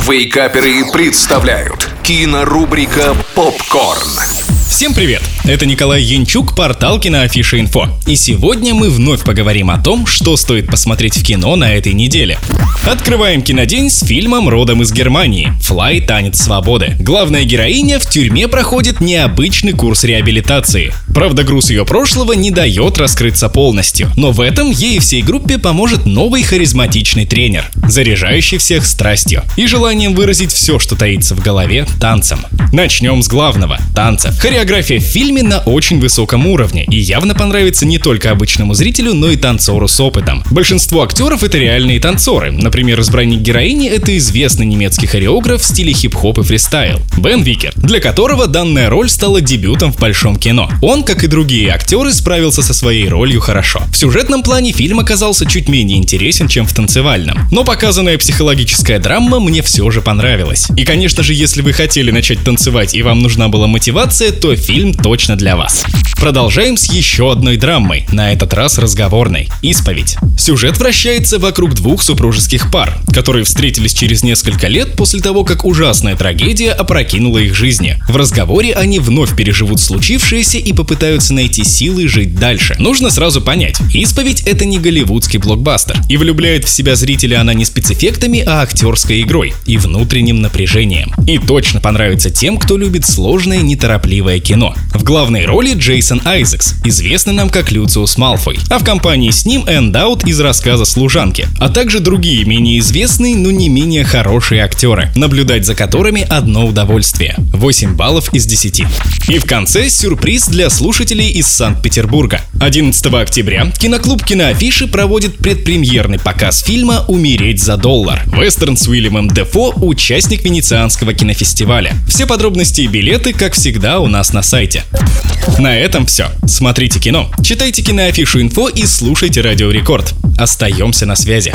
Вейкаперы представляют кинорубрика «Попкорн». Всем привет! Это Николай Янчук, портал Киноафиша.инфо. И сегодня мы вновь поговорим о том, что стоит посмотреть в кино на этой неделе. Открываем кинодень с фильмом родом из Германии «Флай. Танец свободы». Главная героиня в тюрьме проходит необычный курс реабилитации. Правда, груз ее прошлого не дает раскрыться полностью. Но в этом ей и всей группе поможет новый харизматичный тренер, заряжающий всех страстью и желанием выразить все, что таится в голове, танцем. Начнем с главного – танца. Хореография в фильме на очень высоком уровне и явно понравится не только обычному зрителю, но и танцору с опытом. Большинство актеров — это реальные танцоры. Например, избранник героини — это известный немецкий хореограф в стиле хип-хоп и фристайл Бен Викер, для которого данная роль стала дебютом в большом кино. Он, как и другие актеры, справился со своей ролью хорошо. В сюжетном плане фильм оказался чуть менее интересен, чем в танцевальном, но показанная психологическая драма мне все же понравилась. И, конечно же, если вы хотели начать танцевать и вам нужна была мотивация, то фильм точно для вас. Продолжаем с еще одной драмой, на этот раз разговорной – «Исповедь». Сюжет вращается вокруг двух супружеских пар, которые встретились через несколько лет после того, как ужасная трагедия опрокинула их жизни. В разговоре они вновь переживут случившееся и попытаются найти силы жить дальше. Нужно сразу понять, «Исповедь» — это не голливудский блокбастер, и влюбляет в себя зрителя она не спецэффектами, а актерской игрой и внутренним напряжением. И точно понравится тем, кто любит сложное, неторопливое кино. В главной роли Джейсон Айзекс, известный нам как Люциус Малфой, а в компании с ним Энн Даут из рассказа «Служанки», а также другие менее известные, но не менее хорошие актеры, наблюдать за которыми одно удовольствие. 8 баллов из 10. И в конце сюрприз для слушателей из Санкт-Петербурга. 11 октября киноклуб Киноафиши проводит предпремьерный показ фильма «Умереть за доллар». Вестерн с Уильямом Дефо, участник Венецианского кинофестиваля. Все подробности и билеты, как всегда, у нас на сайте. На этом все. Смотрите кино, читайте Киноафишу.инфо и слушайте Радио Рекорд. Остаемся на связи.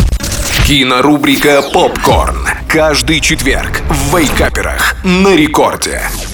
Кинорубрика «Попкорн». Каждый четверг в Вейкаперах на Рекорде.